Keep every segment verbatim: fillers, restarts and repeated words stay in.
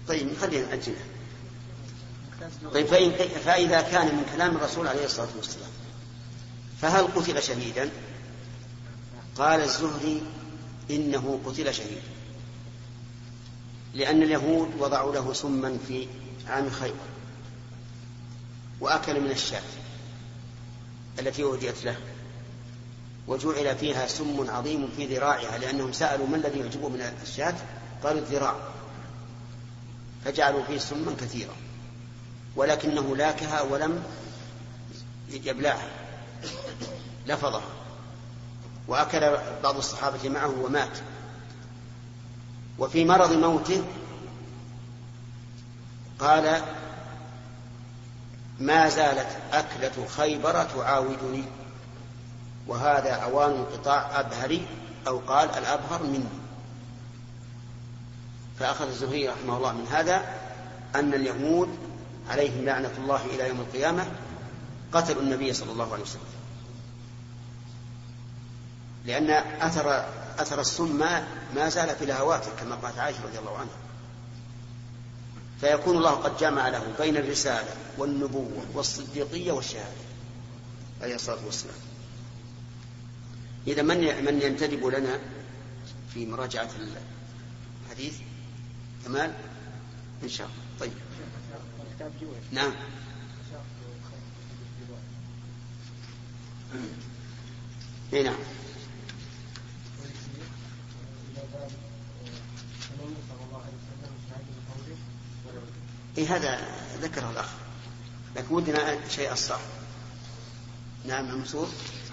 طيب خلينا نأجله. طيب فإن فإذا كان من كلام الرسول عليه الصلاة والسلام فهل قتل شهيدا؟ قال الزهري إنه قتل شهيدا، لأن اليهود وضعوا له سما في عام خيبر وأكل من الشاة التي أهديت له، وجعل فيها سم عظيم في ذراعها، لأنهم سألوا ما الذي يعجبه من الشاة؟ قالوا الذراع، فجعلوا فيه سما كثيرا، ولكنه لاكها ولم يبلعها، لفظها، وأكل بعض الصحابة معه ومات. وفي مرض موته قال ما زالت أكلة خيبر تعاودني، وهذا أوان انقطاع أبهري، أو قال الأبهر مني. فأخذ الزهري رحمه الله من هذا أن اليهود عليهم لعنة الله إلى يوم القيامة قتلوا النبي صلى الله عليه وسلم، لأن أثر, أثر السم ما زال في لهواته كما قالت عائشة رضي الله عنها. فيكون الله قد جمع له بين الرسالة والنبوة والصديقية والشهادة عليه الصلاة والسلام. إذا من من ينتدب لنا في مراجعة الحديث كمال إن شاء الله. طيب نعم. إيه نعم. إيه هذا ذكره الأخ، لكن ودنا شيء الصح. نعم المسؤول.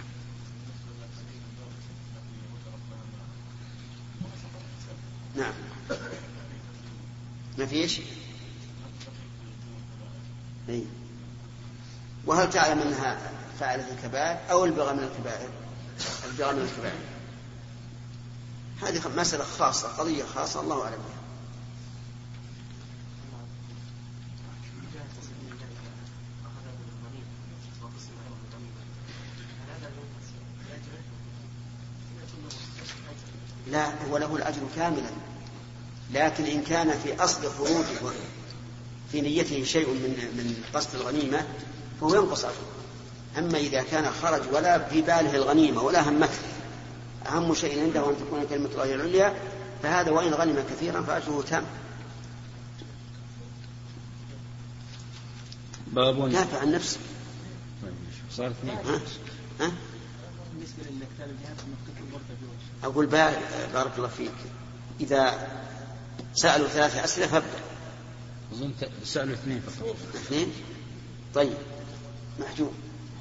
نعم ما فيش. إيه. وهل تعلم أنها فعلت الكبائر أو البغى من الكبائر؟ البغى من الكبائر هذه مسألة خاصة، قضية خاصة، الله أعلم بها. لا، هو له الأجر كاملا، لكن إن كان في أصل خروجه في نيته شيء من من قصد الغنيمة فهو ينقص أجره. أما إذا كان خرج ولا في باله الغنيمة ولا همته، أهم شيء عنده أن تكون كلمة الله العليا، فهذا وإن غنم كثيرا فأجره تام. باب دافع عن نفسه. صار اثنين. ها؟ ها؟ بالنسبة للكتاب الجهاد أقول بارك الله فيك، إذا سألوا ثلاثة أسئلة فابدأ. أظن سألوا اثنين فقط. اثنين. طيب محجوب.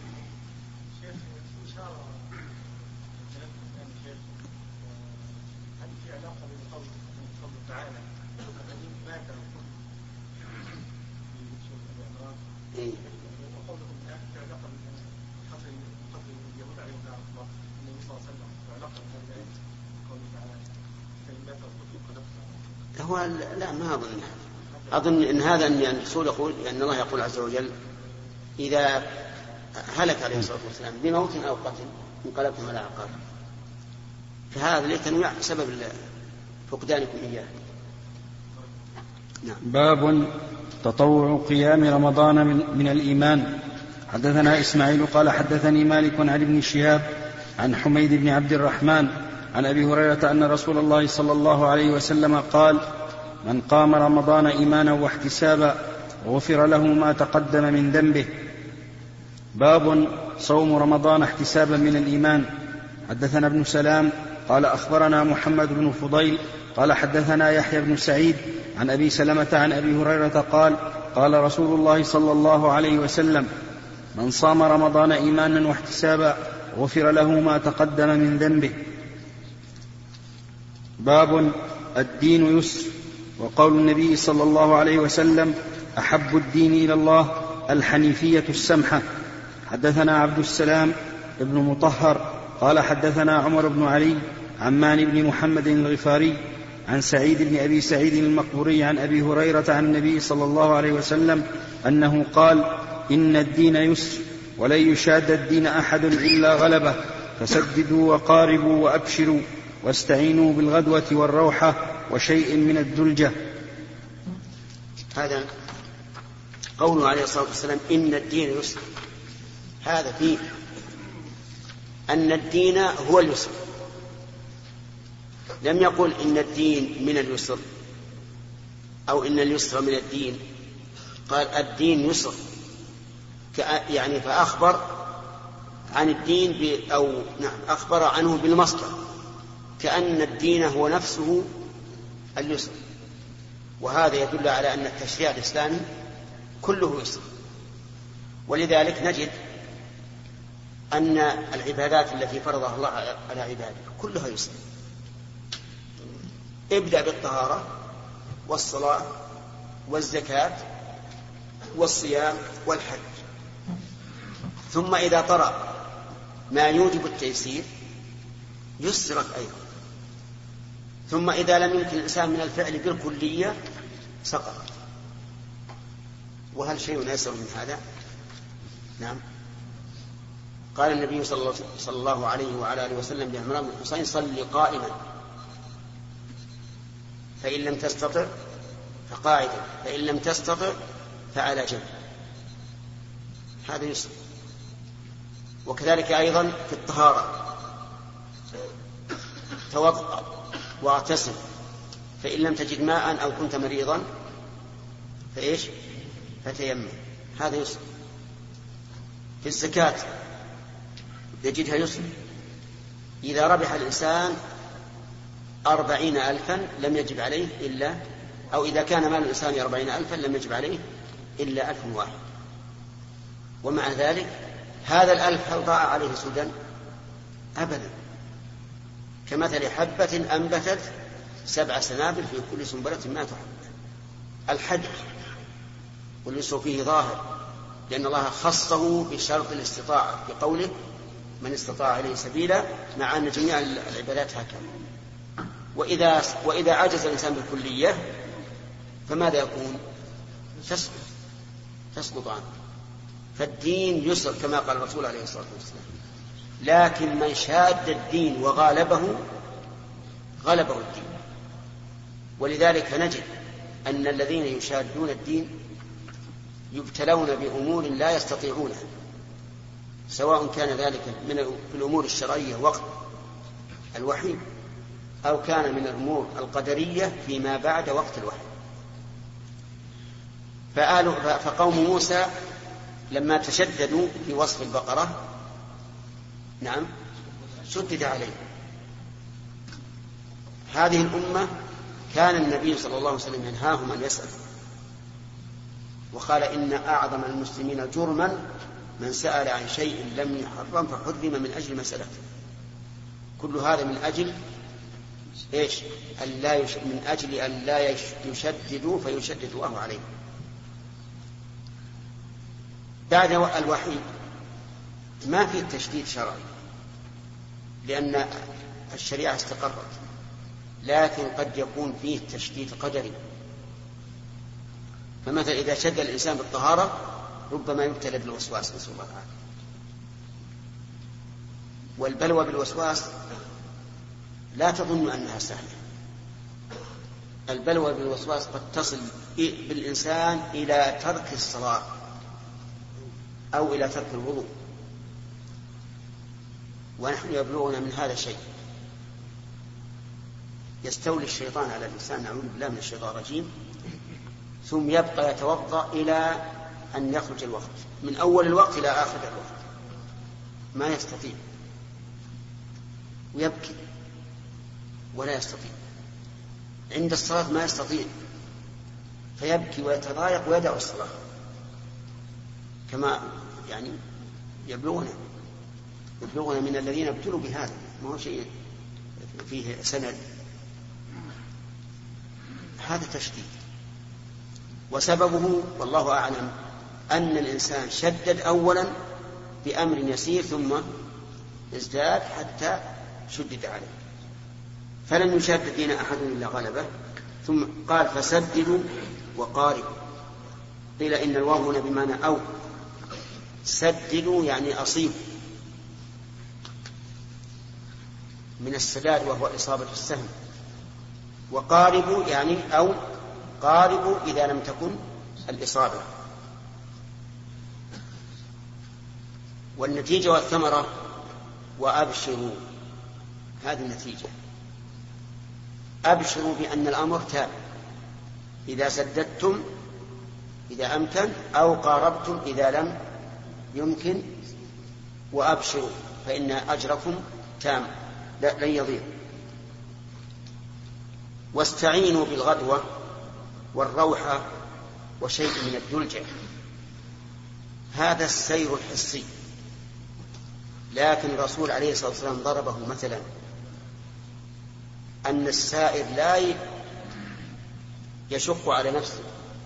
إيه. هو لا ما أظن أظن إن هذا أن الرسول يقول أن الله يقول عز وجل إذا هلك عليه الصلاة والسلام بموت أو قتل انقلبتم على أعقابكم، فهذا لتنويع سبب فقدانكم إياه. نعم. باب تطوع قيام رمضان من, من الإيمان. حدثنا إسماعيل قال حدثني مالك عن ابن شهاب عن حميد بن عبد الرحمن عن أبي هريرة أن رسول الله صلى الله عليه وسلم قال من قام رمضان إيمانا واحتسابا غفر له ما تقدم من ذنبه. باب صوم رمضان احتسابا من الإيمان. حدثنا ابن سلام قال أخبرنا محمد بن فضيل قال حدثنا يحيى بن سعيد عن أبي سلمة عن أبي هريرة قال قال رسول الله صلى الله عليه وسلم من صام رمضان إيمانا واحتسابا غفر له ما تقدم من ذنبه. باب الدين يسر. وقول النبي صلى الله عليه وسلم أحب الدين إلى الله الحنيفية السمحة. حدثنا عبد السلام ابن مطهر قال حدثنا عمر بن علي عمان بن محمد الغفاري عن سعيد بن أبي سعيد المقبوري عن أبي هريرة عن النبي صلى الله عليه وسلم أنه قال إن الدين يسر ولن يشاد الدين أحد إلا غلبه فسددوا وقاربوا وأبشروا واستعينوا بالغدوة والروحة وشيء من الدلجة. هذا قوله عليه الصلاة والسلام إن الدين يسر، هذا فيه أن الدين هو اليسر، لم يقل إن الدين من اليسر أو إن اليسر من الدين، قال الدين يسر، يعني فأخبر عن الدين أو نعم أخبر عنه بالمصدر، كأن الدين هو نفسه اليسر. وهذا يدل على أن التشريع الإسلامي كله يسر. ولذلك نجد أن العبادات التي فرضها الله على عباده كلها يسر. ابدأ بالطهارة والصلاة والزكاة والصيام والحج، ثم إذا طرأ ما يوجب التيسير يسرك أيضا، ثم إذا لم يمكن الإنسان من الفعل بالكلية سقط. وهل شيء يسر من هذا؟ نعم. قال النبي صلى الله عليه وعلى آله وسلم لعمران بن الحصين صل قائما فإن لم تستطع فقاعدا فإن لم تستطع فعلى جنب، هذا يسر. وكذلك أيضا في الطهارة توضأ واغتسل فإن لم تجد ماء أو كنت مريضا فإيش فتيمم، هذا يسر. في الزكاة يجدها يسر، إذا ربح الإنسان أربعين ألفا لم يجب عليه إلا أو إذا كان مال الإنسان أربعين ألفا لم يجب عليه إلا ألف واحد. ومع ذلك هذا الألف هل ضاع عليه سدى؟ أبدا، كمثل حبة أنبتت سبع سنابل في كل سنبلة مائة حبة. الحج واليسر فيه ظاهر، لأن الله خصه بشرط الاستطاعة بقوله من استطاع عليه سبيلا، مع أن جميع العبادات هكذا. وإذا, وإذا عجز الإنسان بالكلية فماذا يكون؟ تسقط تسقط عنه. فالدين يسر كما قال الرسول عليه الصلاة والسلام، لكن من شاد الدين وغالبه غلبه الدين. ولذلك نجد أن الذين يشادون الدين يبتلون بأمور لا يستطيعونها، سواء كان ذلك من الأمور الشرعية وقت الوحي أو كان من الأمور القدرية فيما بعد وقت الوحي. فقوم موسى لما تشددوا في وصف البقرة نعم شدد عليه. هذه الأمة كان النبي صلى الله عليه وسلم ينهاهم أن يسألوا، وقال إن أعظم المسلمين جرما من سأل عن شيء لم يحرم فحرم من أجل مسألته. كل هذا من أجل إيش؟ ألا يش... من أجل أن لا يش... يشددوا فيشدد الله عليهم. بعد الوحي ما في التشديد شرعي لأن الشريعة استقرت، لكن قد يكون فيه تشديد قدري. فمثلا إذا شد الإنسان بالطهارة ربما يبتلى بالوسواس، نسأل الله العافية. والبلوى بالوسواس لا تظن أنها سهلة. البلوى بالوسواس قد تصل بالإنسان إلى ترك الصلاة أو إلى ترك الوضوء، ونحن يبلغنا من هذا الشيء. يستولي الشيطان على الإنسان، نعوذ بالله من الشيطان الرجيم، ثم يبقى يتوضأ إلى أن يخرج الوقت، من أول الوقت إلى آخر الوقت ما يستطيع، ويبكي ولا يستطيع. عند الصلاة ما يستطيع فيبكي ويتضايق ويدع الصلاة، كما يعني يبلغنا يبلغنا من الذين ابتلوا بهذا، ما هو شيء فيه سند. هذا تشديد، وسببه والله أعلم أن الإنسان شدد أولا بأمر يسير ثم ازداد حتى شدد عليه، فلن يشاد الدين أحد إلا غلبه. ثم قال فسددوا وقاربوا، قيل إن الواو هنا بمعنى أو، سددوا يعني أصيبوا من السداد وهو إصابة السهم، وقاربوا يعني أو قاربوا إذا لم تكن الإصابة. والنتيجة والثمرة وأبشروا، هذه النتيجة. أبشروا بأن الأمر تام إذا سددتم إذا أمكن، أو قاربتم إذا لم يمكن، وأبشروا فإن أجركم تام لن يضيع. واستعينوا بالغدوة والروحة وشيء من الدلجة، هذا السير الحسي، لكن الرسول عليه الصلاة والسلام ضربه مثلا أن السائر لا يشق على نفسه.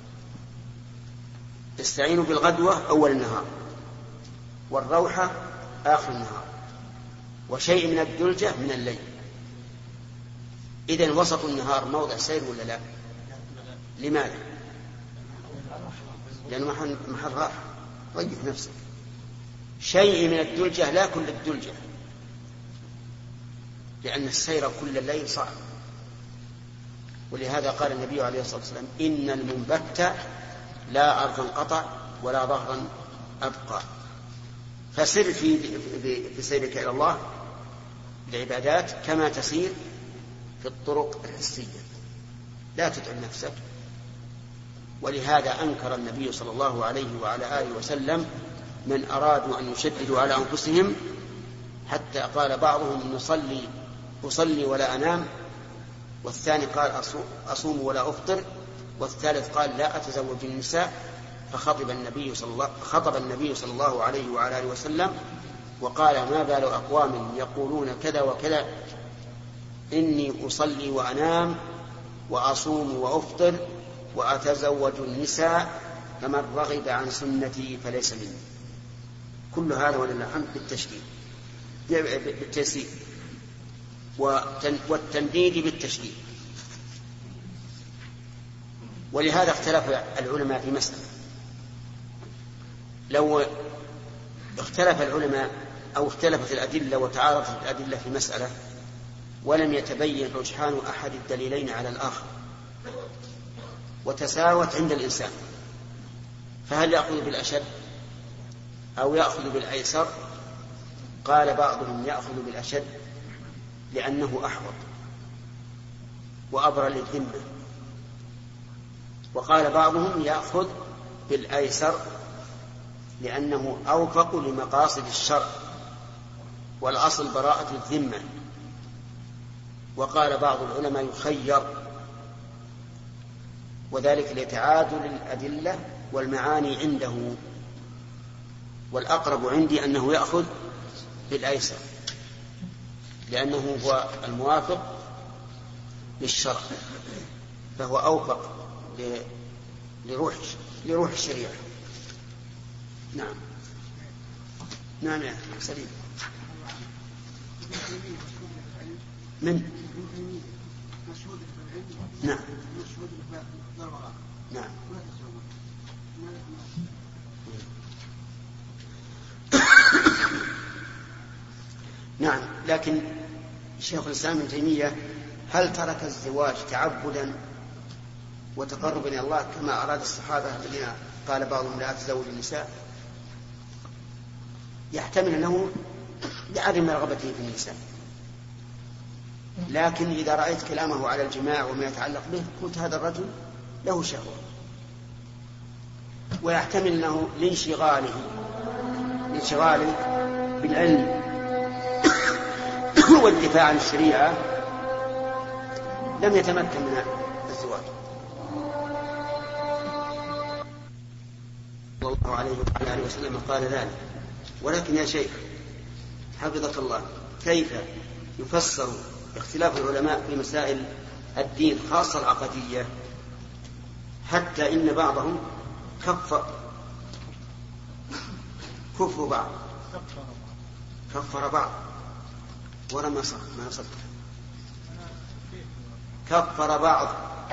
استعينوا بالغدوة أول النهار، والروحة آخر النهار، وشيء من الدلجة من الليل. إذن وسط النهار موضع سير ولا لا؟ لماذا؟ لأنه محل راحة، ريح نفسك. شيء من الدلجة لا كل الدلجة، لأن السير كل الليل صعب. ولهذا قال النبي عليه الصلاة والسلام: إن المنبت لا أرضا قطع ولا ظهرا أبقى. فسر في, في, في سيرك إلى الله العبادات كما تسير في الطرق الحسية، لا تتعب نفسك. ولهذا أنكر النبي صلى الله عليه وعلى آله وسلم من أرادوا أن يشددوا على أنفسهم، حتى قال بعضهم: نصلي أصلي ولا أنام، والثاني قال: أصوم ولا أفطر، والثالث قال: لا أتزوج النساء. فخطب النبي صلى الله, خطب النبي صلى الله عليه وعلى آله وسلم وقال: ما بال أقوام يقولون كذا وكذا، إني أصلي وأنام وأصوم وأفطر وأتزوج النساء، فمن رغب عن سنتي فليس مني. كل هذا ولله الحمد بالتشديد بالتيسير والتنديد بالتشديد. ولهذا اختلف العلماء في مسألة. لو اختلف العلماء أو اختلفت الأدلة وتعارضت الأدلة في مسألة ولم يتبين رجحان أحد الدليلين على الآخر وتساوت عند الإنسان، فهل يأخذ بالأشد أو يأخذ بالأيسر؟ قال بعضهم: يأخذ بالأشد لأنه أحوط وأبرى للذمة. وقال بعضهم: يأخذ بالأيسر لأنه أوفق لمقاصد الشرع والأصل براءة الذمة. وقال بعض العلماء: يخير، وذلك لتعادل الأدلة والمعاني عنده. والأقرب عندي أنه يأخذ بالأيسر لأنه هو الموافق للشرع، فهو أوفق لروح لروح الشريعة. نعم نعم يا سليم. من نعم نعم نعم. لكن شيخ الإسلام ابن تيمية هل ترك الزواج تعبدا وتقربا إلى الله كما أراد الصحابة الذين قال بعضهم: لا تزوج النساء؟ يحتمل أنه لعدم رغبته في النساء، لكن إذا رأيت كلامه على الجماع وما يتعلق به قلت هذا الرجل له شهوة. ويحتمل أنه لانشغاله لانشغاله بالعلم والدفاع عن الشريعة لم يتمكن من الزواج. صلى الله عليه وآله وسلم قال ذلك. ولكن يا شيخ حفظك الله، كيف يفسر اختلاف العلماء في مسائل الدين خاصة العقدية، حتى إن بعضهم كفر كفر بعض كفر بعض ورمى صح ما صدق كفر بعض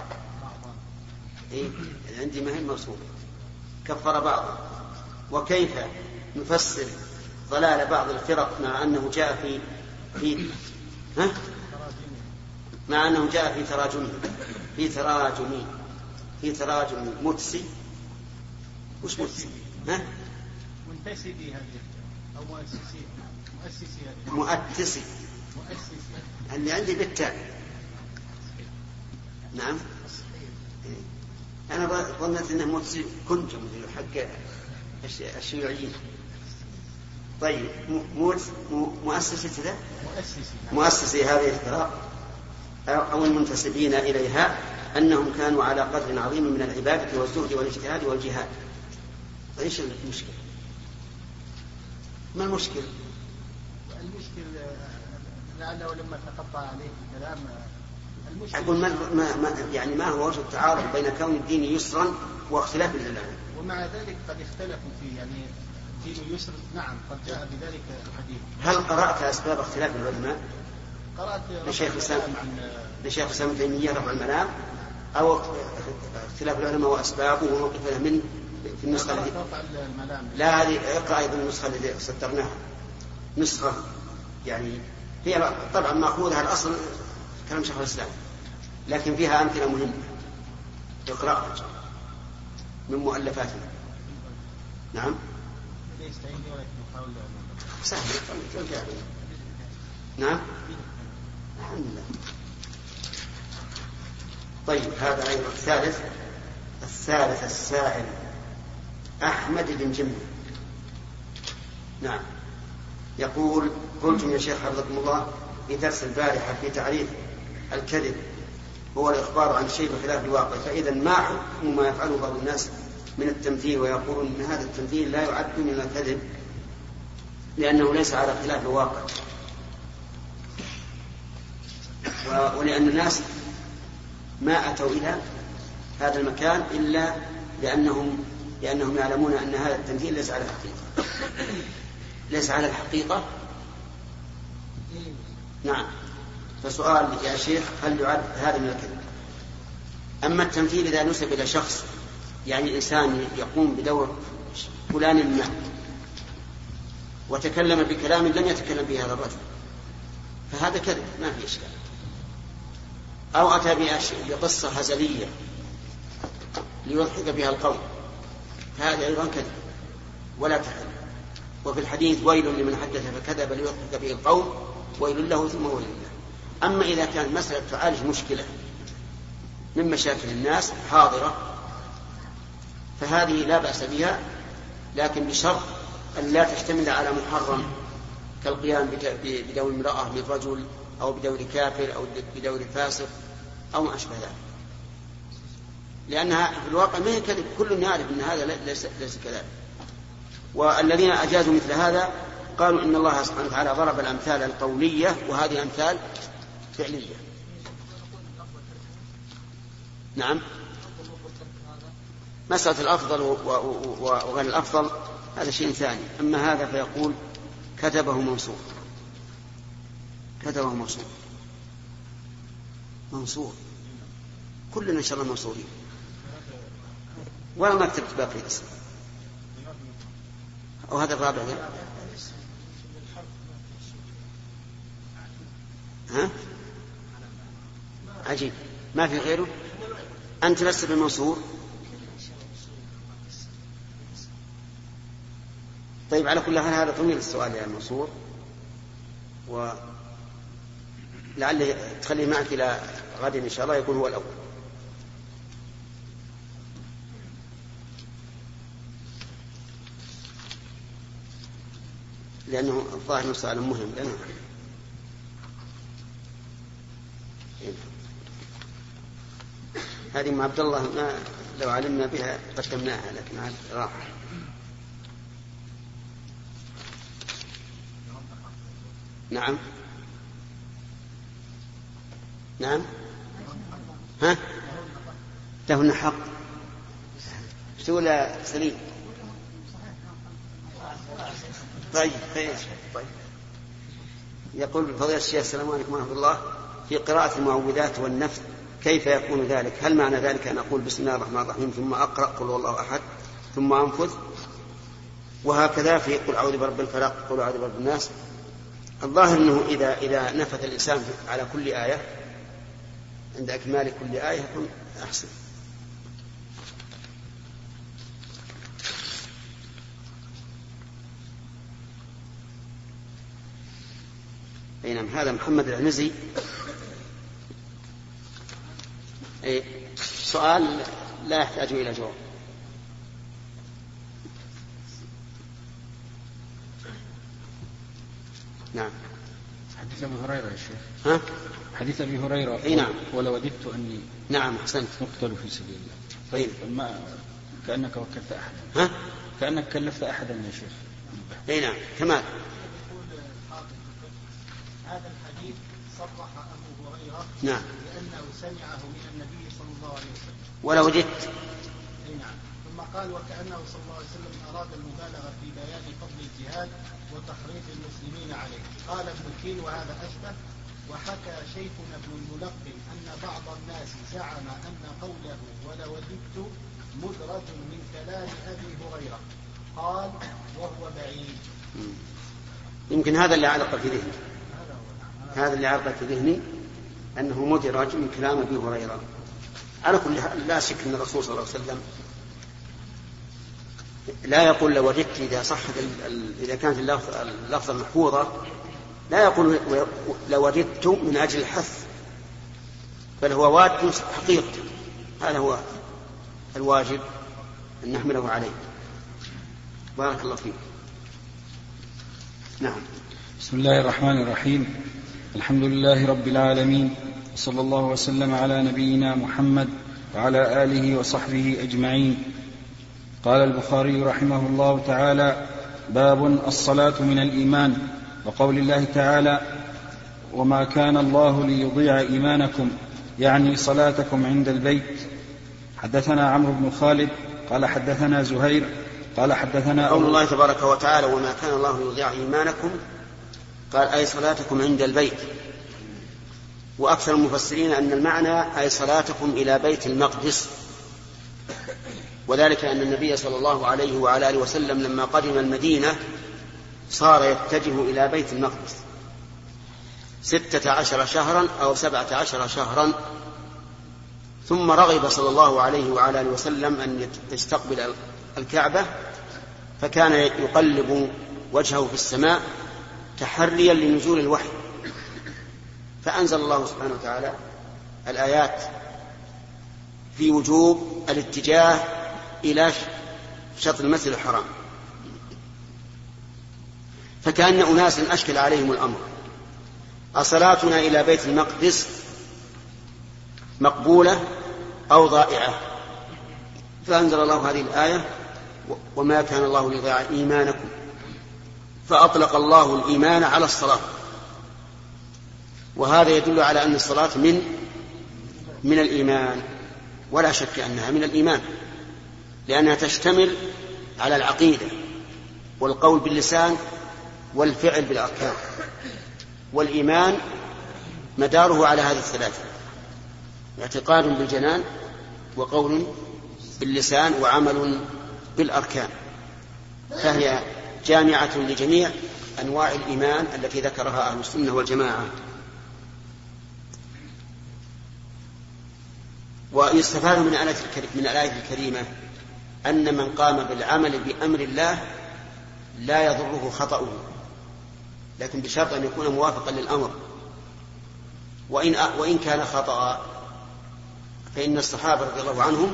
إيه؟ عندي مهم موصول كفر بعض. وكيف نفسر ضلال بعض الفرق مع أنه جاء في في ها؟ مع أنه جاء في تراجم في تراجم في تراجم متسي. وش متسي؟ ها؟ منتسبي هذه أو مؤسسي مؤسسي هذه مؤسسي مؤسسي اللي عندي بالتاء. نعم. أنا ظنيت أنه متسي كنتم حق الشيوعيين. طيب مؤسسي كذا مؤسسي هذه الفرق أو المنتسبين إليها أنهم كانوا على قدر عظيم من العبادة والزهد والاجتهاد والجهاد. إيش المشكلة؟ ما المشكلة؟ المشكلة لعله لما تقطع عليه الكلام. أقول ما, ما, ما يعني ما هو وجه التعارض بين كون الدين يسرا واختلاف العلماء؟ ومع ذلك قد اختلفوا فيه، يعني الدين يسر نعم قد جاء بذلك الحديث. هل قرأت أسباب اختلاف العلماء؟ قرأت لشيخ الإسلام لشيخ الإسلام ابن تيمية رفع المنام أو اختلاف العلماء وأسبابه وموقفنا من في النسخة التي لا هذه اقرأ أيضا النسخة التي صدرناها نسخة يعني هي طبعا مأخوذها الأصل كلام شيخ الإسلام لكن فيها أمثلة مهمة اقرأها من مؤلفاتنا. نعم سهل. نعم الحمد لله. طيب هذا أيضا الثالث الثالث السائل أحمد بن جمل. نعم يقول قلت يا شيخ حفظكم الله في درس البارحة في تعريف الكذب هو الإخبار عن شيء بخلاف الواقع، فإذا ما حكم ما يفعله بعض الناس من التمثيل ويقولون أن هذا التمثيل لا يعد من الكذب لأنه ليس على خلاف الواقع، ولأن الناس ما أتوا إلى هذا المكان إلا لأنهم لأنهم يعلمون أن هذا التمثيل ليس على الحقيقة ليس على الحقيقة. نعم. فسؤال يا شيخ هل يعد هذا من الكذب؟ أما التمثيل إذا نسب إلى شخص يعني إنسان يقوم بدور فلان ما وتكلم بكلام لم يتكلم به هذا الرجل فهذا كذب ما في إشكال، أو أتى بقصة هزلية ليضحك بها القوم فهذا أيضا كذب ولا تحل. وفي الحديث ويل لمن حدث فكذب ليضحك به القوم ويل له ثم ويل له. أما إذا كان مسألة تعالج مشكلة من مشاكل الناس حاضرة فهذه لا بأس بها، لكن بشرط أن لا تشتمل على محرم كالقيام بدور امرأة من رجل أو بدور كافر أو بدور فاسق أو ما أشبه ذلك، لأنها في الواقع ما هي كذب، كل يعرف أن هذا ليس, ليس كذلك. والذين أجازوا مثل هذا قالوا إن الله سبحانه وتعالى ضرب الأمثال القولية وهذه أمثال فعلية. نعم. مسألة الأفضل وغير الأفضل هذا شيء ثاني، أما هذا فيقول كتبه منصور كتبه منصور منصور كلنا إن شاء الله منصورين ولا ما كتبت باقي الاسم. أو هذا الرابع ده. ها؟ عجيب ما في غيره. أنت لست بالمنصور. طيب على كل حال هذا طويل السؤال يا المنصور ولعله تخليه معك إلى غد إن شاء الله يكون هو الأول. لأنه الظاهر سؤال مهم لنا. هذه مع عبد الله ما لو علمنا بها قدمناها لكن عاد راح. نعم نعم ها لهن حق سؤال سليم. طيب خير. طيب يقول فضيلة الشيخ السلام عليكم ورحمة الله في قراءة المعوذات والنفث كيف يكون ذلك؟ هل معنى ذلك أن أقول بسم الله الرحمن الرحيم ثم أقرأ قل هو الله أحد ثم أنفث، وهكذا في قل أعوذ برب الفلق قل أعوذ برب الناس؟ الظاهر أنه إذا, إذا نفث الإنسان على كل آية عند أكمال كل آية يكون أحسن. أي نعم. هذا محمد العنزي. أي سؤال لا يحتاج إلى جواب. نعم. حديث أبي هريرة يا شيخ. ها؟ حديث أبي هريرة. أي نعم. ولو وددت أني نعم أحسنت نقتل في سبيل الله. طيب ما كأنك وكلت أحدا. ها؟ كأنك كلفت أحدا يا شيخ. أي نعم. كمال. هذا الحديث صرح أبو هريرة نعم لأنه سمعه من النبي صلى الله عليه وسلم. ولو وجدت. أي نعم. ثم قال وكأنه صلى الله عليه وسلم أراد المبالغة في بيان فضل الجهاد وتحريض المسلمين عليه. قال ابن كيل وهذا أشبه. وحكى شيخنا ابن الملقن أن بعض الناس زعم أن قوله ولو وجدت مدرج من كلام أبي هريرة. قال وهو بعيد. يمكن هذا اللي علق في ذهني. هذا اللي علق في ذهني أنه مدرج من كلام أبي هريرة. على كل حال لا شك أن الرسول صلى الله عليه وسلم لا يقول لو وجدت إذا صحت إذا كانت اللفظة محفوظة لا يقول لو وجدت من أجل الحث، بل هو واجب حقيقة. هذا هو الواجب أن نحمله عليه. بارك الله فيك. نعم. بسم الله الرحمن الرحيم. الحمد لله رب العالمين، وصلى الله وسلم على نبينا محمد وعلى آله وصحبه أجمعين. قال البخاري رحمه الله تعالى: باب الصلاة من الإيمان. وقول الله تعالى: وما كان الله ليضيع إيمانكم، يعني صلاتكم عند البيت. حدثنا عمرو بن خالد قال حدثنا زهير قال حدثنا قول الله تبارك وتعالى: وما كان الله ليضيع إيمانكم، قال أي صلاتكم عند البيت. وأكثر المفسرين أن المعنى أي صلاتكم إلى بيت المقدس، وذلك أن النبي صلى الله عليه وعلى آله وسلم لما قدم المدينة صار يتجه إلى بيت المقدس ستة عشر شهرا أو سبعة عشر شهرا، ثم رغب صلى الله عليه وعلى آله وسلم أن يستقبل الكعبة، فكان يقلب وجهه في السماء تحريا لنزول الوحي، فأنزل الله سبحانه وتعالى الآيات في وجوب الاتجاه إلى شطر المسجد الحرام. فكأن أناسا أشكل عليهم الأمر: أصلاتنا إلى بيت المقدس مقبولة أو ضائعة؟ فأنزل الله هذه الآية: وما كان الله ليضيع إيمانكم، فأطلق الله الإيمان على الصلاة. وهذا يدل على أن الصلاة من من الإيمان، ولا شك أنها من الإيمان، لأنها تشتمل على العقيدة والقول باللسان والفعل بالأركان، والإيمان مداره على هذه الثلاثة: اعتقاد بالجنان، وقول باللسان، وعمل بالأركان. فهي جامعة لجميع أنواع الإيمان التي ذكرها أهل السنة والجماعة. ويستفاد من من الآية الكريمة أن من قام بالعمل بأمر الله لا يضره خطأه، لكن بشرط أن يكون موافقا للأمر. وإن وإن كان خطأ، فإن الصحابة رضي الله عنهم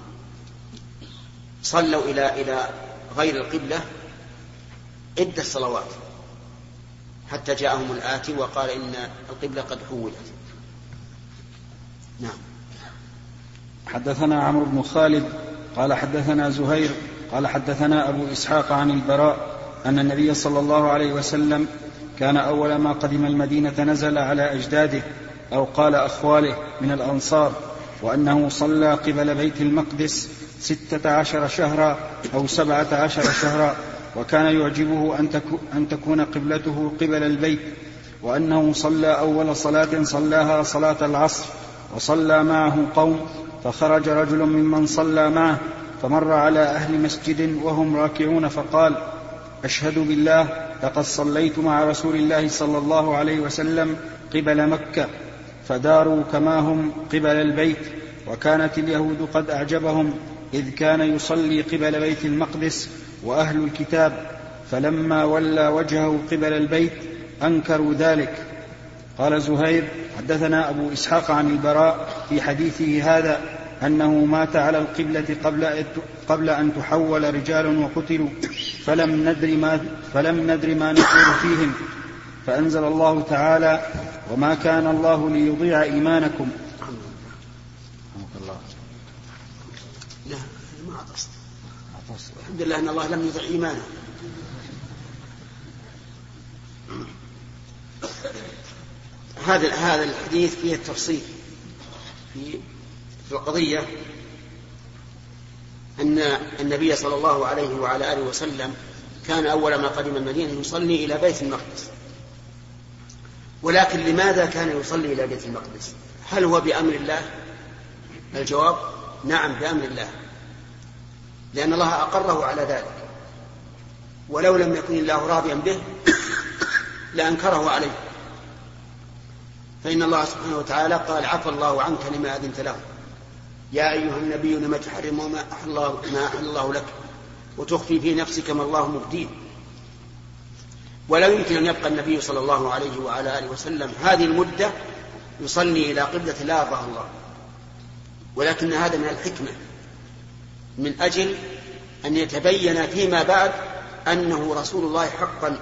صلوا إلى إلى غير القبلة عدة صلوات حتى جاءهم الآتي وقال إن القبلة قد حولت. نعم. حدثنا عمرو بن خالد قال حدثنا زهير قال حدثنا أبو إسحاق عن البراء أن النبي صلى الله عليه وسلم كان أول ما قدم المدينة نزل على أجداده أو قال أخواله من الأنصار، وأنه صلى قبل بيت المقدس ستة عشر شهرا أو سبعة عشر شهرا، وكان يعجبه أن تكون قبلته قبل البيت، وأنه صلى أول صلاة صلاها صلاة العصر، وصلى معه قوم، فخرج رجل ممن صلى معه فمر على أهل مسجد وهم راكعون فقال: أشهد بالله لقد صليت مع رسول الله صلى الله عليه وسلم قبل مكة، فداروا كما هم قبل البيت. وكانت اليهود قد أعجبهم إذ كان يصلي قبل بيت المقدس وأهل الكتاب، فلما ولى وجهه قبل البيت أنكروا ذلك، قال زهير حدثنا أبو إسحاق عن البراء في حديثه هذا أنه مات على القبلة قبل, قبل أن تحول رجال وقتلوا فلم ندر ما, فلم ندر ما نقول فيهم، فأنزل الله تعالى وما كان الله ليضيع إيمانكم. لا ما عطست. الحمد لله أن الله لم يضيع إيمانه. هذا هذا الحديث فيه التفصيل في في القضية أن النبي صلى الله عليه وعلى آله وسلم كان أول ما قدم المدينة يصلي إلى بيت المقدس. ولكن لماذا كان يصلي إلى بيت المقدس؟ هل هو بأمر الله؟ الجواب نعم بأمر الله، لأن الله أقره على ذلك، ولو لم يكن الله راضيا به لأنكره عليه. فإن الله سبحانه وتعالى قال عفى الله عنك لما أذنت له، يا أيها النبي لم تحرم ما أحل الله, ما أحل الله لك وتخفي في نفسك ما الله مبديه. ولا يمكن أن يبقى النبي صلى الله عليه وعلى آله وسلم هذه المدة يصلي إلى قبلة لا يرضاها الله، ولكن هذا من الحكمة من أجل أن يتبين فيما بعد أنه رسول الله حقا،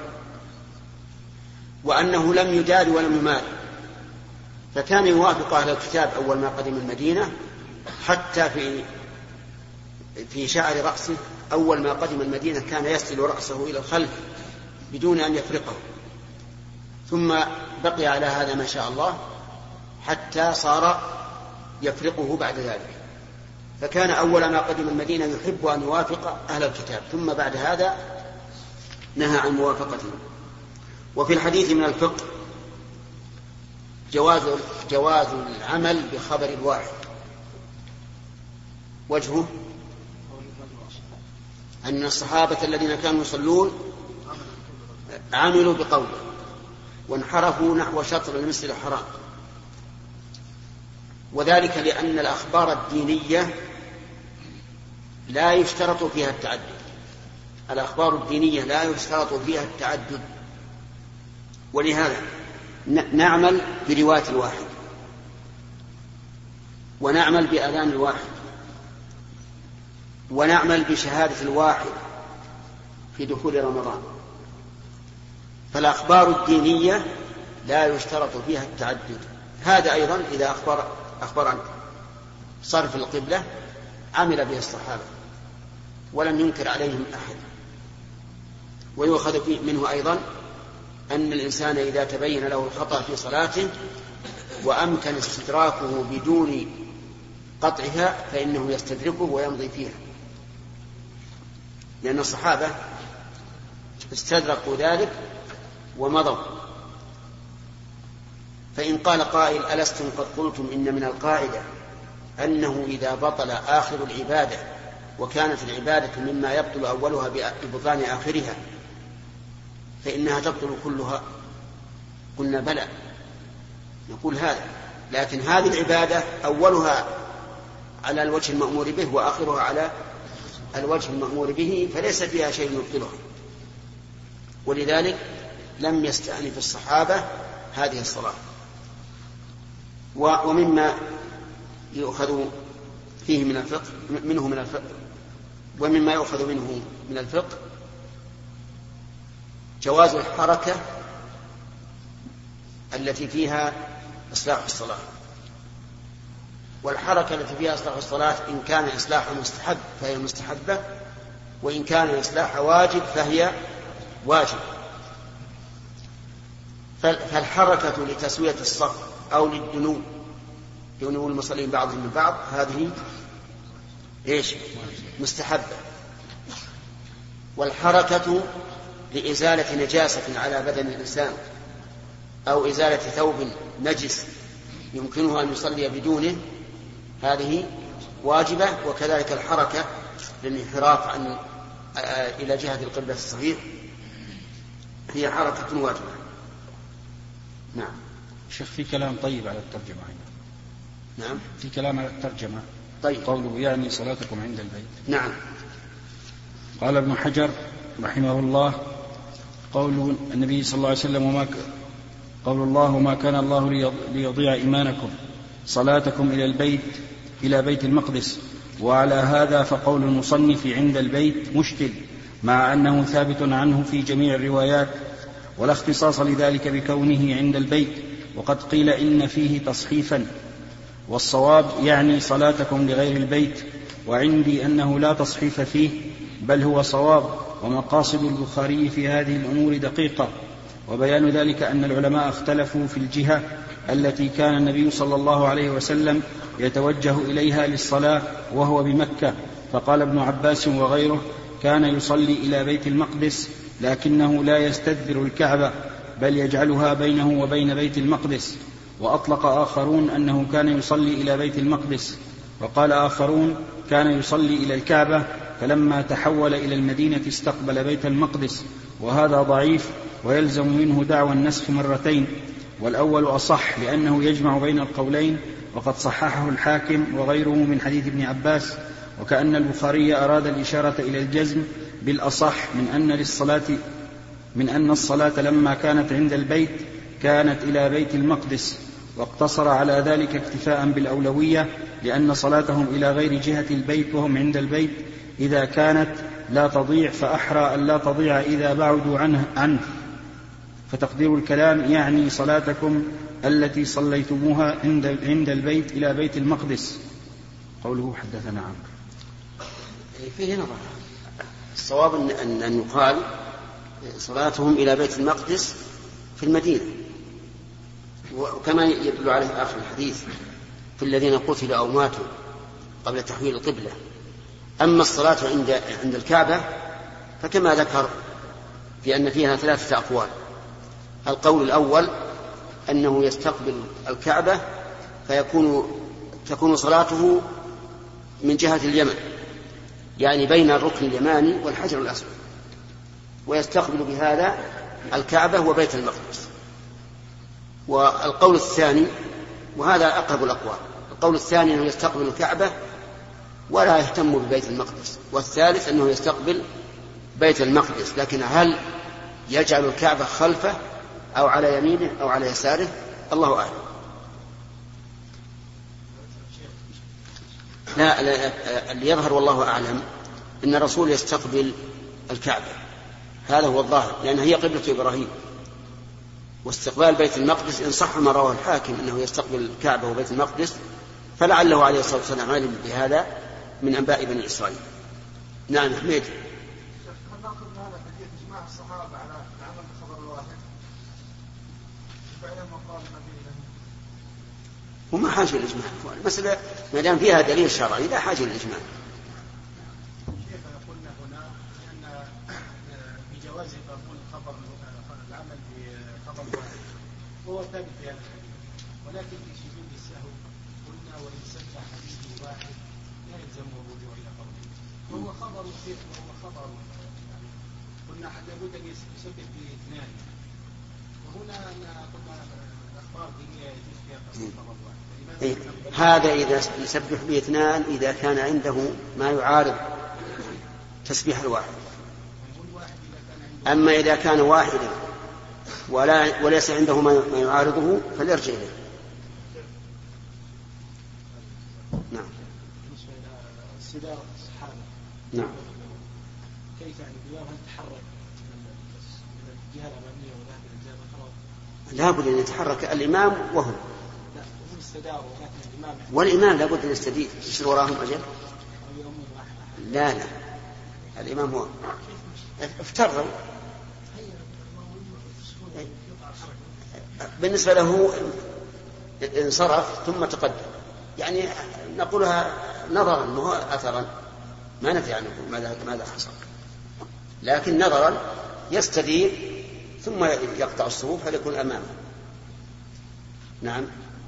وأنه لم يجاد ولم يمال. فكان يوافق أهل الكتاب أول ما قدم المدينة، حتى في في شعر رأسه أول ما قدم المدينة كان يسل رأسه إلى الخلف بدون أن يفرقه، ثم بقي على هذا ما شاء الله حتى صار يفرقه بعد ذلك. فكان أول ما قدم المدينة يحب أن يوافق أهل الكتاب، ثم بعد هذا نهى عن موافقتهم. وفي الحديث من الفقه جواز, جواز العمل بخبر الواحد. وجهه أن الصحابة الذين كانوا يصلون عملوا بقوله وانحرفوا نحو شطر المسجد الحرام، وذلك لأن الأخبار الدينية لا يشترط فيها التعدد. الأخبار الدينية لا يشترط فيها التعدد، ولهذا نعمل برواية الواحد، ونعمل بأذان الواحد، ونعمل بشهادة الواحد في دخول رمضان. فالأخبار الدينية لا يشترط فيها التعدد. هذا أيضا إذا أخبر, أخبر عن صرف القبلة عمل به الصحابة ولم ينكر عليهم أحد. ويؤخذ منه أيضا أن الإنسان إذا تبين له الخطأ في صلاته وأمكن استدراكه بدون قطعها فإنه يستدركه ويمضي فيها، لأن الصحابة استدركوا ذلك ومضوا. فإن قال قائل ألستم قد قلتم إن من القاعدة أنه إذا بطل آخر العبادة وكانت العبادة مما يبطل أولها ببطلان آخرها فإنها تبطل كلها؟ قلنا بلى، نقول هذا، لكن هذه العبادة أولها على الوجه المأمور به وآخرها على الوجه المأمور به، فليس فيها شيء يبطلها. ولذلك لم يستأنف الصحابة هذه الصلاة. ومما يؤخذ فيه من الفقه منه من الفقه ومما يؤخذ منه من الفقه جواز الحركة التي فيها إصلاح الصلاة. والحركة التي فيها إصلاح الصلاة إن كان إصلاح مستحب فهي مستحبة، وإن كان إصلاح واجب فهي واجب. فالحركة لتسوية الصف أو للدنو دنو المصلين بعضهم من بعض هذه إيش؟ مستحبة. والحركة لإزالة نجاسة على بدن الإنسان أو إزالة ثوب نجس يمكنه أن يصلي بدونه هذه واجبة. وكذلك الحركة للانحراف عن إلى جهة القبلة الصحيح هي حركة واجبة. نعم. شيخ في كلام طيب على الترجمة هنا. نعم في كلام على الترجمة. طيب. قوله يعني صلاتكم عند البيت. نعم. قال ابن حجر رحمه الله قول النبي صلى الله عليه وسلم وما قول الله ما كان الله ليضيع إيمانكم صلاتكم إلى البيت إلى بيت المقدس. وعلى هذا فقول المصنف عند البيت مشكل مع أنه ثابت عنه في جميع الروايات، ولا اختصاص لذلك بكونه عند البيت، وقد قيل إن فيه تصحيفا، والصواب يعني صلاتكم لغير البيت، وعندي أنه لا تصحيف فيه بل هو صواب. ومقاصد البخاري في هذه الأمور دقيقة، وبيان ذلك أن العلماء اختلفوا في الجهة التي كان النبي صلى الله عليه وسلم يتوجه إليها للصلاة وهو بمكة، فقال ابن عباس وغيره كان يصلي إلى بيت المقدس لكنه لا يستدبر الكعبة بل يجعلها بينه وبين بيت المقدس. وأطلق آخرون أنه كان يصلي إلى بيت المقدس، وقال آخرون كان يصلي إلى الكعبة، فلما تحول إلى المدينة استقبل بيت المقدس، وهذا ضعيف ويلزم منه دعوى النسخ مرتين، والأول أصح لأنه يجمع بين القولين، وقد صححه الحاكم وغيره من حديث ابن عباس. وكأن البخاري أراد الإشارة إلى الجزم بالأصح من أن للصلاة من أن الصلاة لما كانت عند البيت كانت إلى بيت المقدس، واقتصر على ذلك اكتفاء بالأولوية، لأن صلاتهم إلى غير جهة البيت وهم عند البيت إذا كانت لا تضيع فأحرى أن لا تضيع إذا بعدوا عنه, عنه فتقدير الكلام يعني صلاتكم التي صليتموها عند, عند البيت إلى بيت المقدس. قوله حدثنا عمرو فيه نظر. الصواب أن, أن يقال صلاتهم إلى بيت المقدس في المدينة، وكما يدل عليه آخر الحديث في الذين قتلوا أو ماتوا قبل تحويل القبلة. أما الصلاة عند, عند الكعبة فكما ذكر في أن فيها ثلاثة أقوال. القول الأول أنه يستقبل الكعبة فيكون تكون صلاته من جهة اليمن، يعني بين الركن اليماني والحجر الأسود، ويستقبل بهذا الكعبة وبيت المقدس. والقول الثاني، وهذا أقرب الأقوال، القول الثاني أنه يستقبل الكعبة ولا يهتم ببيت المقدس. والثالث أنه يستقبل بيت المقدس، لكن هل يجعل الكعبة خلفه أو على يمينه أو على يساره الله أعلم. لا, لا اللي يظهر والله أعلم أن الرسول يستقبل الكعبة، هذا هو الظاهر، لأن هي قبلة إبراهيم. واستقبال بيت المقدس إن صح ما رواه الحاكم أنه يستقبل الكعبة وبيت المقدس، فلعله عليه الصلاة والسلام علم بهذا من أنباء بني إسرائيل. نعم حميد. وما حاجة للإجماع، المسألة ما دام فيها دليل شرعي لا حاجة للإجماع. كيف قلنا هنا أن بجواز قبول خبر العمل بخبر واحد وهو ثابت في هذا الحديث، ولكن في سجود السهو قلنا وإن سمع حديث واحد لا يلزم الرجوع إلى قوله، وهو خبر كيف وهو خبر يعني قلنا حتى لابد أن يسبب باثنان، وهنا قلنا الأخبار دينية يجوز فيها قبول خبر واحد. إيه؟ هذا إذا يسبح باثنان إذا كان عنده ما يعارض تسبيح الواحد. أما إذا كان واحدا ولا وليس عنده ما يعارضه فليرجع إليه. نعم. السدارة الصحابة. نعم. كيف يعني الإمام هل تحرك من الجهة الأمامية وذهب إلى الجهة الأخرى؟ لا بد أن يتحرك الإمام وهو. لا هم استداروا ولكن الإمام. والإمام لا بد أن يستدير. يصير وراهم أجل؟ لا لا. الإمام هو. افترضوا. بالنسبة له انصرف ثم تقدم، يعني نقولها نظرا مو أثرا، ما ندري عنه ماذا ماذا حصل، لكن نظرا يستدير ثم يقطع الصفوف فليكون أمامه. نعم.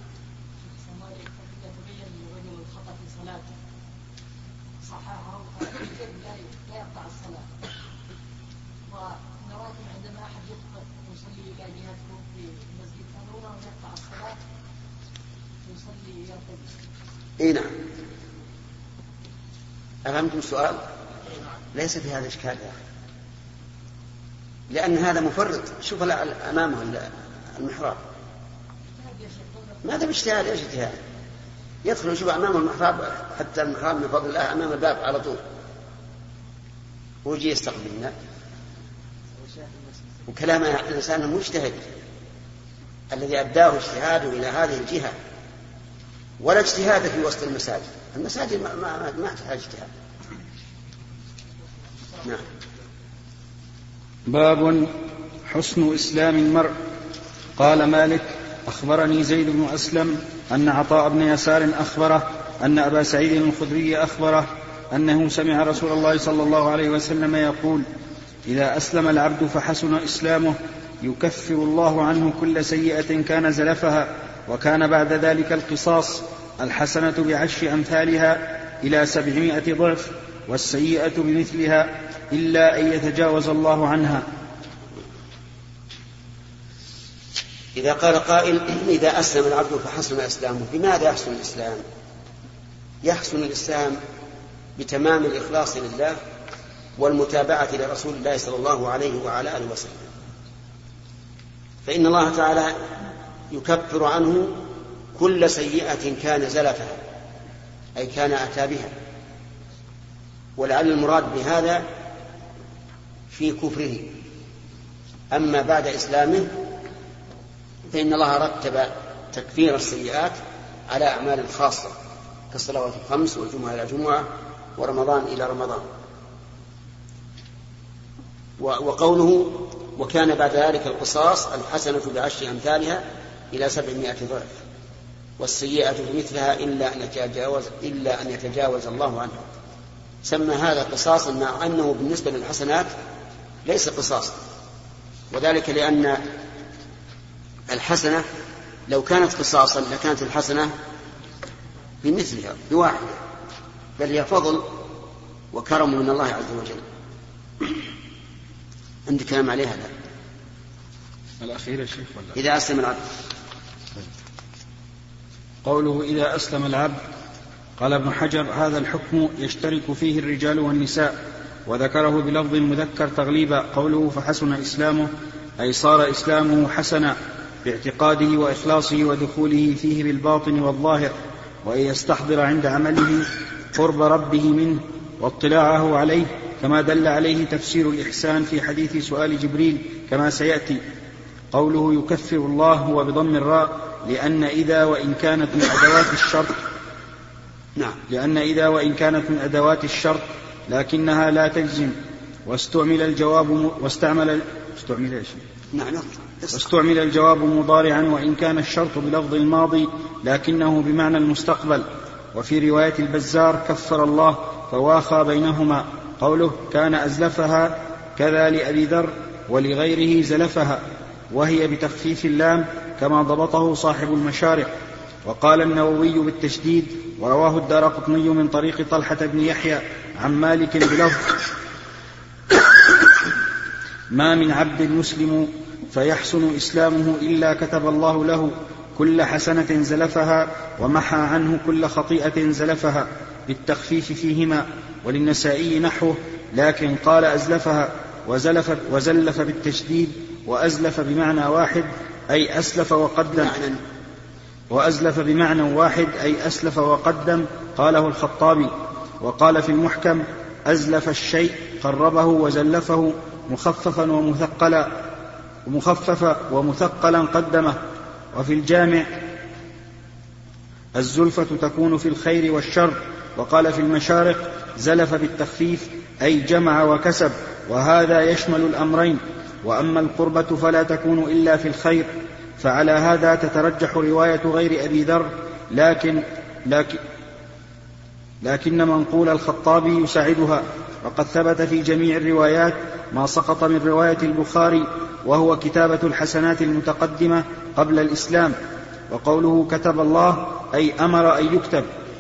لا يقطع الصلاة، ونراكم عندما أحد يخطئ يصلي إلى جهتكم في المسجد فنرونه يقطع الصلاة يصلي يرتد. إيه نعم. أفهمتم السؤال؟ ليس في هذا إشكال يا أخي، لأن هذا مفرط. شوف أمامه المحراب. ماذا باجتهاد؟ ايش اجتهاد؟ يدخل يشوف امام المحراب، حتى المحراب من فضل الله امام الباب على طول، ويجي يستقبلنا. وكلام الانسان المجتهد الذي اداه اجتهاده الى هذه الجهه، ولا اجتهاد في وسط المساجد. المساجد ما, ما, ما تحتاج اجتهاد. نعم. باب حسن إسلام المرء. قال مالك: أخبرني زيد بن أسلم أن عطاء بن يسار أخبره أن أبا سعيد الخدري أخبره أنه سمع رسول الله صلى الله عليه وسلم يقول: إذا أسلم العبد فحسن إسلامه يكفر الله عنه كل سيئة كان زلفها، وكان بعد ذلك القصاص، الحسنة بعشر أمثالها إلى سبعمائة ضعف، والسيئة بمثلها إلا أن يتجاوز الله عنها. إذا قال قائل: إذا أسلم العبد فحسن إسلامه، بماذا يحسن الإسلام؟ يحسن الإسلام بتمام الإخلاص لله والمتابعة لرسول الله صلى الله عليه وعلى آله وسلم، فإن الله تعالى يكفر عنه كل سيئة كان زلفها، أي كان أتى بها. ولعل المراد بهذا في كفره. أما بعد إسلامه فإن الله رتب تكفير السيئات على أعمال خاصة كالصلوات الخمس والجمعة إلى جمعة ورمضان إلى رمضان. وقوله: وكان بعد ذلك القصاص، الحسنة بعشر أمثالها إلى سبعمائة ضعف، والسيئة بمثلها إلا أن يتجاوز, إلا أن يتجاوز الله عنها. سمى هذا قصاصا، مع أنه بالنسبة للحسنات ليس قصاصا، وذلك لأن الحسنة لو كانت قصاصا لكانت الحسنة بمثلها بواحدة، بل هي فضل وكرم من الله عز وجل. عندي كلام عليها؟ لا. الأخير يا شيخ ولا؟ إذا أسلم العبد. قوله إذا أسلم العبد، قال ابن حجر: هذا الحكم يشترك فيه الرجال والنساء، وذكره بلفظ المذكر تغليبا. قوله فحسن إسلامه، أي صار إسلامه حسنا باعتقاده وإخلاصه ودخوله فيه بالباطن والظاهر، وأن يستحضر عند عمله قرب ربه منه واطلاعه عليه، كما دل عليه تفسير الإحسان في حديث سؤال جبريل كما سيأتي. قوله يكفر الله هو بضم الراء، لأن إذا وإن كانت من أدوات الشرط نعم لأن إذا وإن كانت من أدوات الشرط لكنها لا تجزم، واستعمل الجواب واستعمل استعمل إيش؟ نعم واستعمل الجواب مضارعا، وإن كان الشرط بلفظ الماضي لكنه بمعنى المستقبل. وفي رواية البزار كفر الله فواخى بينهما. قوله كان أزلفها كذا لأبي ذر ولغيره زلفها، وهي بتخفيف اللام كما ضبطه صاحب المشارق. وقال النووي بالتشديد، ورواه الدارقطني من طريق طلحة بن يحيى عن مالك بلفظ: ما من عبد مسلم فيحسن إسلامه إلا كتب الله له كل حسنة زلفها ومحى عنه كل خطيئة زلفها، بالتخفيف فيهما. وللنسائي نحوه، لكن قال أزلفها وزلف, وزلف بالتشديد، وأزلف بمعنى واحد أي أسلف وقدم وأزلف بمعنى واحد أي أسلف وقدم. قاله الخطابي. وقال في المحكم: أزلف الشيء قربه وزلفه مخففا ومثقلا ومخففا ومثقلا قدمه. وفي الجامع: الزلفة تكون في الخير والشر. وقال في المشارق: زلف بالتخفيف أي جمع وكسب، وهذا يشمل الأمرين. وأما القربة فلا تكون إلا في الخير، فعلى هذا تترجح رواية غير أبي ذر، لكن, لكن, لكن منقول الخطابي يساعدها. وقد ثبت في جميع الروايات ما سقط من رواية البخاري، وهو كتابة الحسنات المتقدمة قبل الإسلام. وقوله كتب الله أي أمر أن يكتب.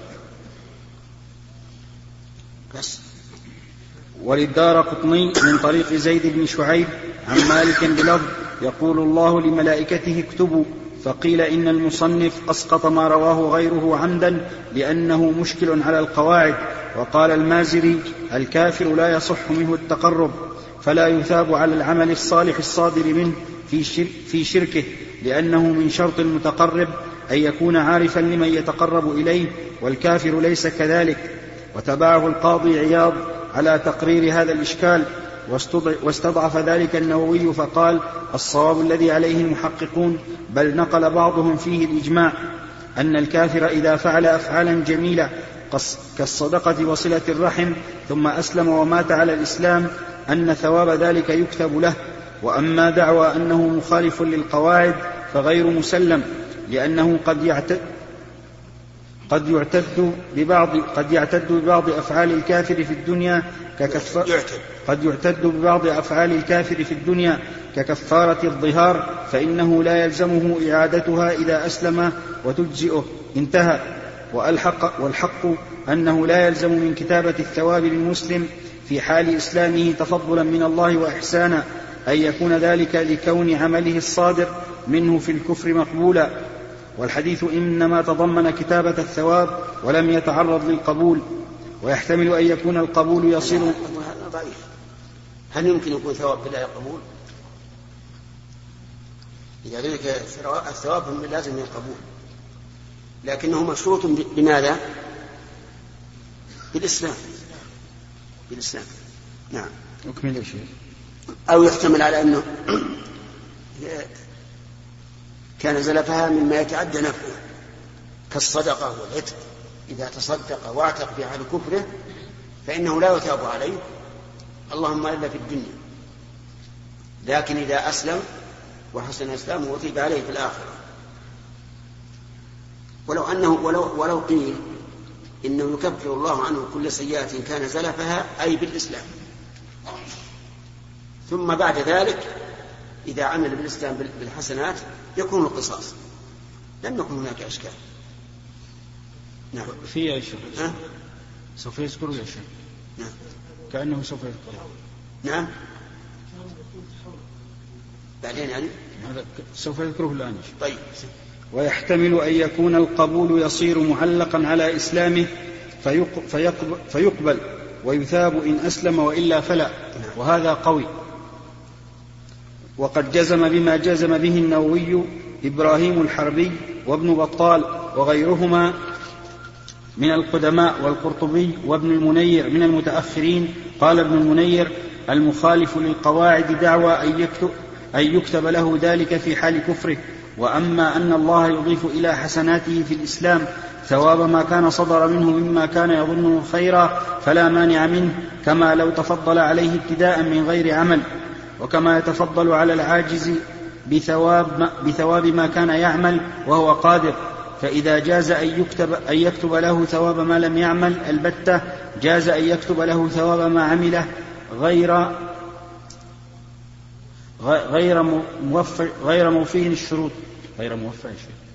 وللدارقطني من طريق زيد بن شعيب عن مالك بلفظ: يقول الله لملائكته اكتبوا. فقيل إن المصنف أسقط ما رواه غيره عمدا لأنه مشكل على القواعد. وقال المازري: الكافر لا يصح منه التقرب، فلا يثاب على العمل الصالح الصادر منه في, شر في شركه، لأنه من شرط المتقرب أن يكون عارفا لمن يتقرب إليه، والكافر ليس كذلك. وتبعه القاضي عياض على تقرير هذا الإشكال، واستضعف ذلك النووي فقال: الصواب الذي عليه المحققون، بل نقل بعضهم فيه الإجماع، أن الكافر إذا فعل أفعالا جميلة كالصدقة وصلة الرحم ثم أسلم ومات على الإسلام أن ثواب ذلك يكتب له. وأما دعوى أنه مخالف للقواعد فغير مسلم، لأنه قد يعتد قد يعتد ببعض قد يعتد ببعض أفعال الكافر في الدنيا ككفارة قد يعتد ببعض أفعال الكافر في الدنيا ككفارة الظهار، فإنه لا يلزمه إعادتها إذا أسلم وتجزئه، انتهى. والحق, والحق أنه لا يلزم من كتابة الثواب للمسلم في حال إسلامه تفضلا من الله وإحسانا أن يكون ذلك لكون عمله الصادر منه في الكفر مقبولا. والحديث إنما تضمن كتابة الثواب ولم يتعرض للقبول، ويحتمل أن يكون القبول يصير ضعيف. هل يمكن يكون ثواب بلا قبول؟ إذا ذلك الثواب لازم القبول، لكنه مشروط بماذا؟ بالإسلام. بالإسلام نعم. أكمل يا شيخ. أو يحتمل على أنه كان زلفها مما يتعدى نفعه كالصدقة والعتق، إذا تصدق واعتق في حال كفره فإنه لا يتاب عليه اللهم إلا في الدنيا، لكن إذا أسلم وحسن إسلامه وتيب عليه في الآخرة. ولو أنه ولو, ولو قيل إنه يكفر الله عنه كل سيئة كان زلفها أي بالإسلام، ثم بعد ذلك إذا عمل بالإسلام بالحسنات يكون القصاص، لم يكن هناك أشكال. نعم. في يا شيخ سوف يذكر يا شيخ. نعم. كأنه سوف يذكر. نعم. بعدين يعني هذا سوف يذكره الآن. طيب. ويحتمل أن يكون القبول يصير معلقا على إسلامه فيقبل, فيقبل ويثاب إن أسلم وإلا فلا، وهذا قوي. وقد جزم بما جزم به النووي إبراهيم الحربي وابن بطال وغيرهما من القدماء، والقرطبي وابن المنير من المتأخرين. قال ابن المنير: المخالف للقواعد دعوى أن يكتب, أن يكتب له ذلك في حال كفره، وأما أن الله يضيف إلى حسناته في الإسلام ثواب ما كان صدر منه مما كان يظنه خيرا فلا مانع منه، كما لو تفضل عليه ابتداء من غير عمل، وكما يتفضل على العاجز بثواب ما, بثواب ما كان يعمل وهو قادر. فإذا جاز أن يكتب, أن يكتب له ثواب ما لم يعمل البتة، جاز أن يكتب له ثواب ما عمله غير غير موفى غير موفين الشروط غير موفى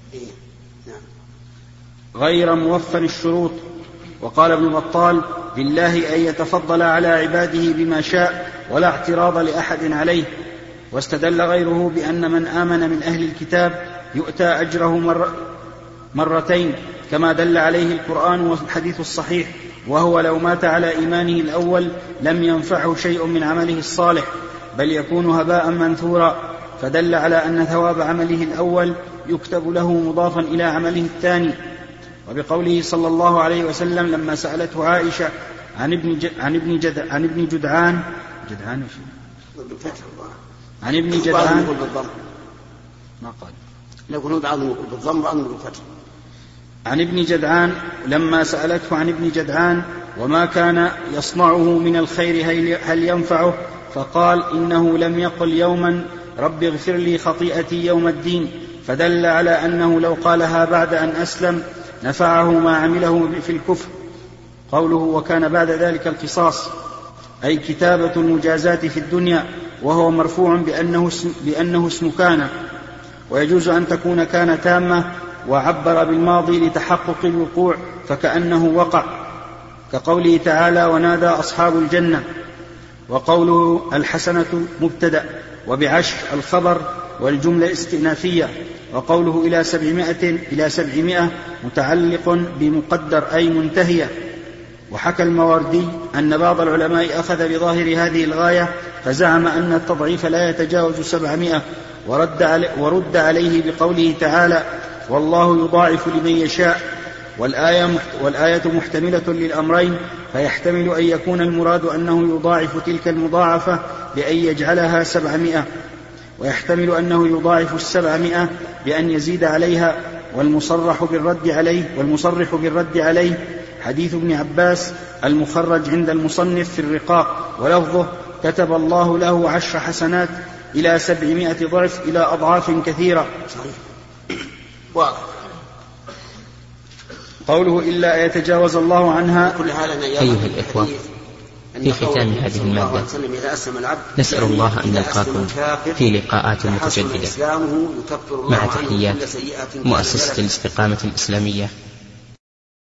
غير موفى الشروط. وقال ابن بطال: لله أن يتفضل على عباده بما شاء ولا اعتراض لأحد عليه. واستدل غيره بأن من آمن من أهل الكتاب يؤتى أجره مر مرتين كما دل عليه القرآن والحديث الصحيح، وهو لو مات على إيمانه الأول لم ينفعه شيء من عمله الصالح بل يكون هباء منثورا، فدل على أن ثواب عمله الأول يكتب له مضافا إلى عمله الثاني. وبقوله صلى الله عليه وسلم لما سألته عائشة عن ابن ج... عن ابن جد... عن ابن جدعان جدعان عن ابن جدعان ما قال لو بعضهم بالضم بعضهم بالفتح. عن ابن جدعان لما سألته عن ابن جدعان وما كان يصنعه من الخير هل ينفعه، فقال: إنه لم يقل يوما رب اغفر لي خطيئتي يوم الدين، فدل على أنه لو قالها بعد أن أسلم نفعه ما عمله في الكفر. قوله وكان بعد ذلك القصاص أي كتابة المجازات في الدنيا، وهو مرفوع بأنه اسم, بأنه اسم كان، ويجوز أن تكون كان تامة وعبر بالماضي لتحقق الوقوع فكأنه وقع، كقوله تعالى ونادى أصحاب الجنة. وقوله الحسنة مبتدأ وبعشر الخبر والجملة استئنافية. وقوله إلى سبعمائة إلى سبعمائة متعلق بمقدر أي منتهية. وحكى الماوردي أن بعض العلماء أخذ بظاهر هذه الغاية فزعم أن التضعيف لا يتجاوز سبعمائة، ورد, علي ورد عليه بقوله تعالى والله يضاعف لمن يشاء، والآية, والآية محتملة للأمرين، فيحتمل أن يكون المراد أنه يضاعف تلك المضاعفة بأن يجعلها سبعمائة، ويحتمل أنه يضاعف السبعمائة بأن يزيد عليها، والمصرح بالرد عليه والمصرح بالرد عليه حديث ابن عباس المخرج عند المصنف في الرقاق، ولفظه كتب الله له عشر حسنات إلى سبعمائة ضعف إلى أضعاف كثيرة. قوله إلا يتجاوز الله عنها. أيها الإخوة، في ختام هذه المادة نسأل الله أن نلقاكم في لقاءات متجددة، مع تحيات مؤسسة الاستقامة الإسلامية